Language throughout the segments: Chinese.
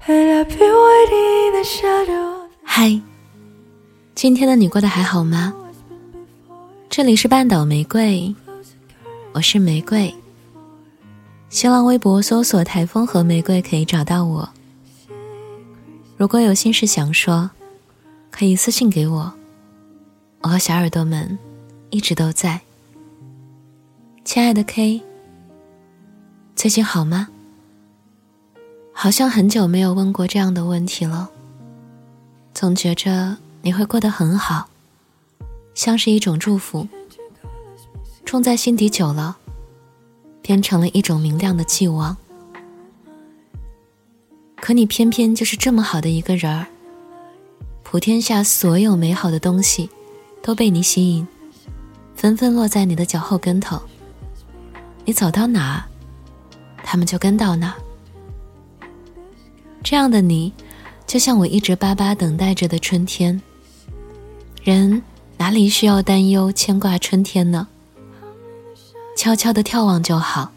嗨，今天的你过得还好吗？这里是半岛玫瑰，我是玫瑰。新浪微博搜索台风和玫瑰可以找到我。如果有心事想说，可以私信给我，我和小耳朵们一直都在。亲爱的 K， 最近好吗？好像很久没有问过这样的问题了，总觉着你会过得很好，像是一种祝福，种在心底久了，变成了一种明亮的寄望。可你偏偏就是这么好的一个人儿，普天下所有美好的东西都被你吸引，纷纷落在你的脚后跟头，你走到哪，他们就跟到哪。这样的你，就像我一直巴巴等待着的春天。人哪里需要担忧牵挂春天呢？悄悄地眺望就好。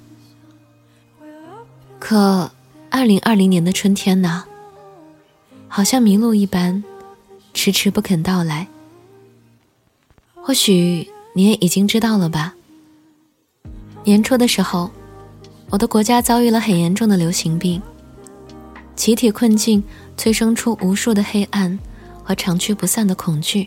可2020年的春天呢，好像迷路一般，迟迟不肯到来。或许你也已经知道了吧，年初的时候，我的国家遭遇了很严重的流行病，集体困境催生出无数的黑暗和长驱不散的恐惧。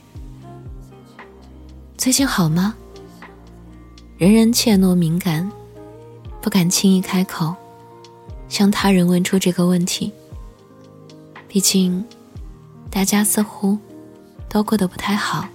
最近好吗？人人怯懦敏感，不敢轻易开口向他人问出这个问题，毕竟大家似乎都过得不太好。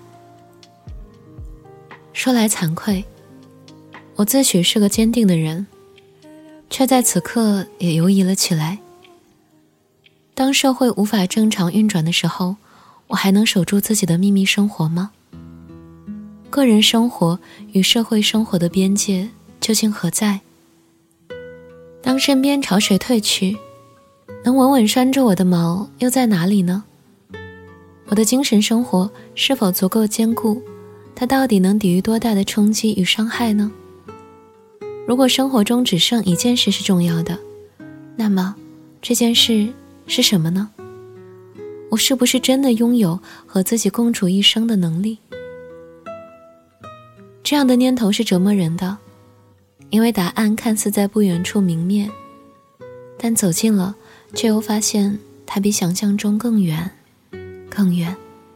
说来惭愧，我自诩是个坚定的人，却在此刻也犹疑了起来。当社会无法正常运转的时候，我还能守住自己的秘密生活吗？个人生活与社会生活的边界究竟何在？当身边潮水退去，能稳稳拴住我的锚又在哪里呢？我的精神生活是否足够坚固？它到底能抵御多大的冲击与伤害呢？如果生活中只剩一件事是重要的，那么这件事是什么呢？我是不是真的拥有和自己共处一生的能力？这样的念头是折磨人的，因为答案看似在不远处明灭，但走近了却又发现它比想象中更远，更远。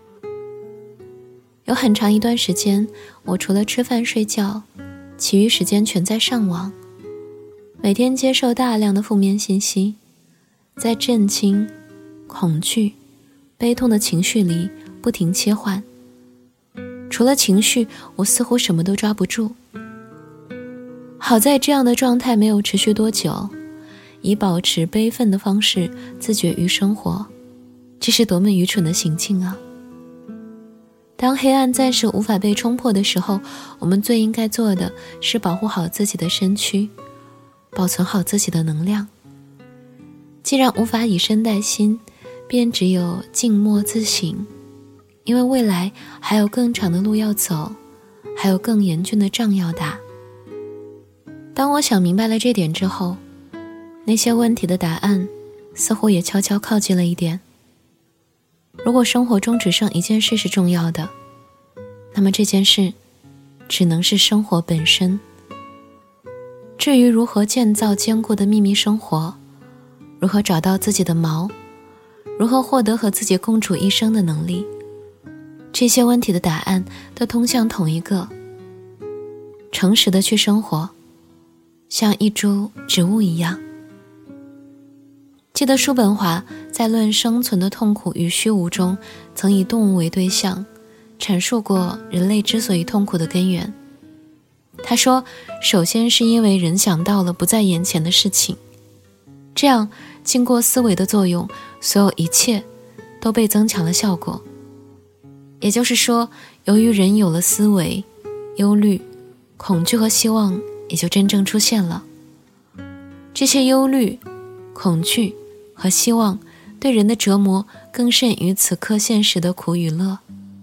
有很长一段时间，我除了吃饭睡觉，其余时间全在上网，每天接受大量的负面信息，在震惊、恐惧、悲痛的情绪里不停切换。除了情绪，我似乎什么都抓不住。好在这样的状态没有持续多久，以保持悲愤的方式自绝于生活，这是多么愚蠢的行径啊！当黑暗暂时无法被冲破的时候，我们最应该做的是保护好自己的身躯，保存好自己的能量。既然无法以身代心，便只有静默自省，因为未来还有更长的路要走，还有更严峻的仗要打。当我想明白了这点之后，那些问题的答案似乎也悄悄靠近了一点。如果生活中只剩一件事是重要的，那么这件事只能是生活本身。至于如何建造坚固的秘密生活，如何找到自己的锚，如何获得和自己共处一生的能力，这些问题的答案都通向同一个：诚实的去生活，像一株植物一样。记得叔本华在《论生存的痛苦与虚无》中，曾以动物为对象，阐述过人类之所以痛苦的根源。他说，首先是因为人想到了不在眼前的事情，这样经过思维的作用，所有一切都被增强了效果。也就是说，由于人有了思维，忧虑、恐惧和希望也就真正出现了。这些忧虑、恐惧和希望对人的折磨更甚于此刻现实的苦与乐。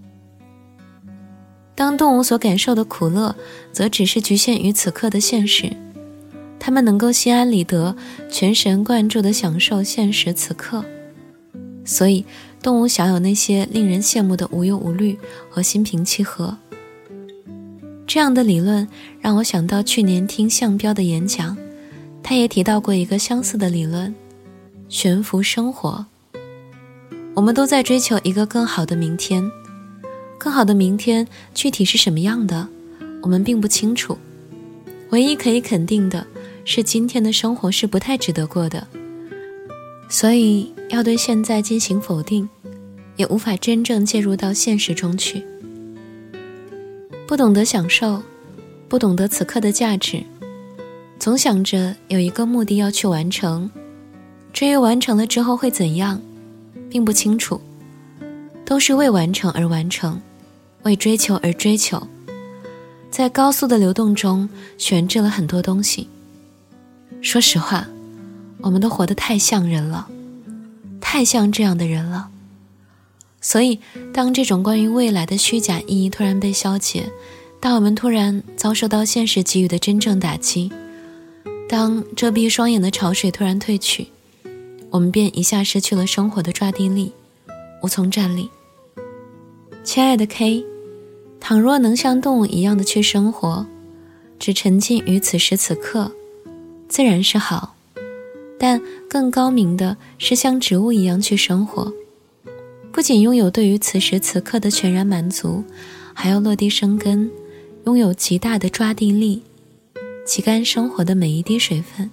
当动物所感受的苦乐则只是局限于此刻的现实，它们能够心安理得，全神贯注地享受现实此刻， 所以动物享有那些令人羡慕的无忧无虑和心平气和。这样的理论让我想到去年听项彪的演讲，他也提到过一个相似的理论，悬浮生活。我们都在追求一个更好的明天，更好的明天具体是什么样的，我们并不清楚。唯一可以肯定的是，今天的生活是不太值得过的，所以要对现在进行否定，也无法真正介入到现实中去。不懂得享受，不懂得此刻的价值，总想着有一个目的要去完成，至于完成了之后会怎样，并不清楚，都是为完成而完成，为追求而追求，在高速的流动中悬置了很多东西。说实话，我们都活得太像人了，太像这样的人了。所以当这种关于未来的虚假意义突然被消解，当我们突然遭受到现实给予的真正打击，当遮蔽双眼的潮水突然退去，我们便一下失去了生活的抓地力，无从站立。亲爱的 K， 倘若能像动物一样的去生活，只沉浸于此时此刻，自然是好，但更高明的是像植物一样去生活，不仅拥有对于此时此刻的全然满足，还要落地生根，拥有极大的抓地力，挤干生活的每一滴水分。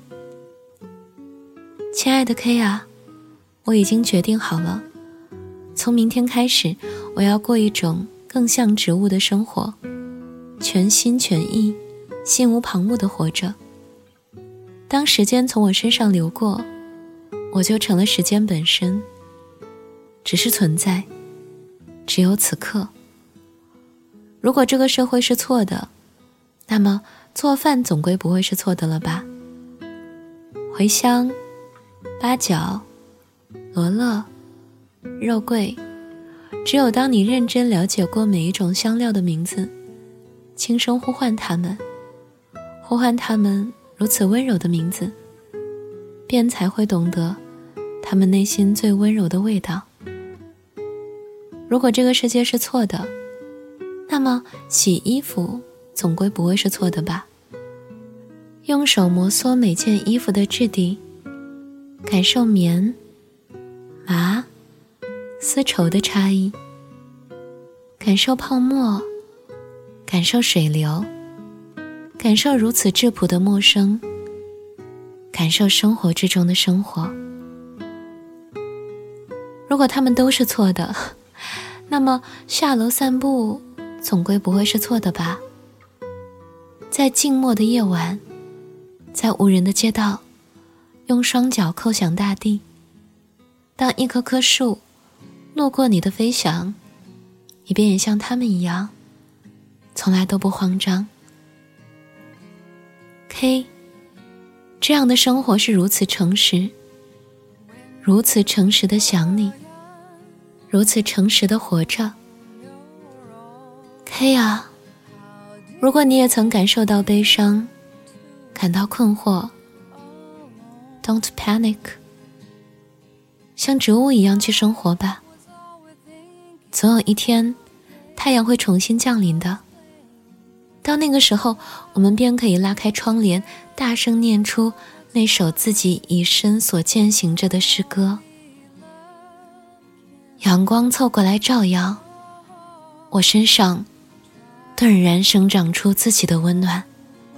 亲爱的 K 啊，我已经决定好了，从明天开始，我要过一种更像植物的生活，全心全意，心无旁骛地活着。当时间从我身上流过，我就成了时间本身，只是存在，只有此刻。如果这个社会是错的，那么做饭总归不会是错的了吧？茴香、八角、罗勒、肉桂，只有当你认真了解过每一种香料的名字，轻声呼唤它们，呼唤它们如此温柔的名字，便才会懂得它们内心最温柔的味道。如果这个世界是错的，那么洗衣服总归不会是错的吧？用手摩挲每件衣服的质地，感受棉、麻、丝绸的差异，感受泡沫，感受水流，感受如此质朴的陌生，感受生活之中的生活。如果它们都是错的，那么下楼散步总归不会是错的吧？在静默的夜晚，在无人的街道，用双脚叩响大地，当一棵棵树路过你的飞翔，你便也像他们一样，从来都不慌张。K， 这样的生活是如此诚实，如此诚实的想你，如此诚实的活着。K 啊，如果你也曾感受到悲伤，感到困惑， Don't panic， 像植物一样去生活吧。总有一天，太阳会重新降临的。到那个时候，我们便可以拉开窗帘，大声念出那首自己以身所践行着的诗歌。阳光凑过来照耀，我身上顿然生长出自己的温暖。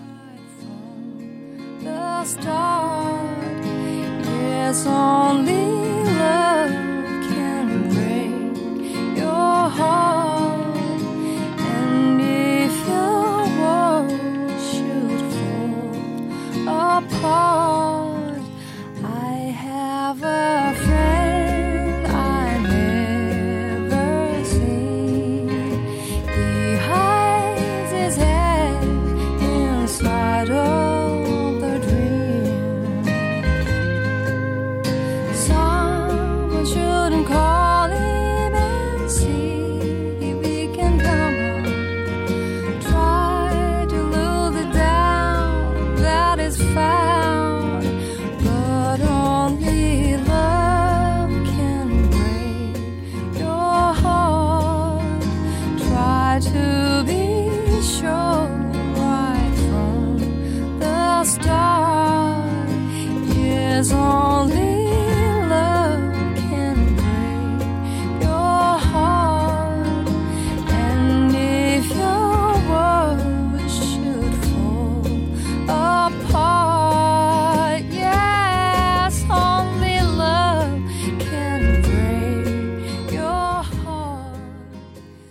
Yes, only love can break your heart, and if your world should fall apart, I have a friend I never seen. He hides his head inside of the dream. Some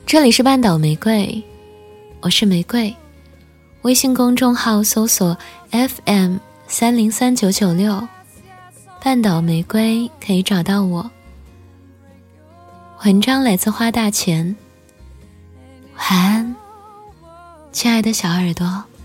这里是半岛玫瑰，我是玫瑰。微信公众号搜索 FM303996，半岛玫瑰可以找到我。文章来自花大钱，晚安，亲爱的小耳朵。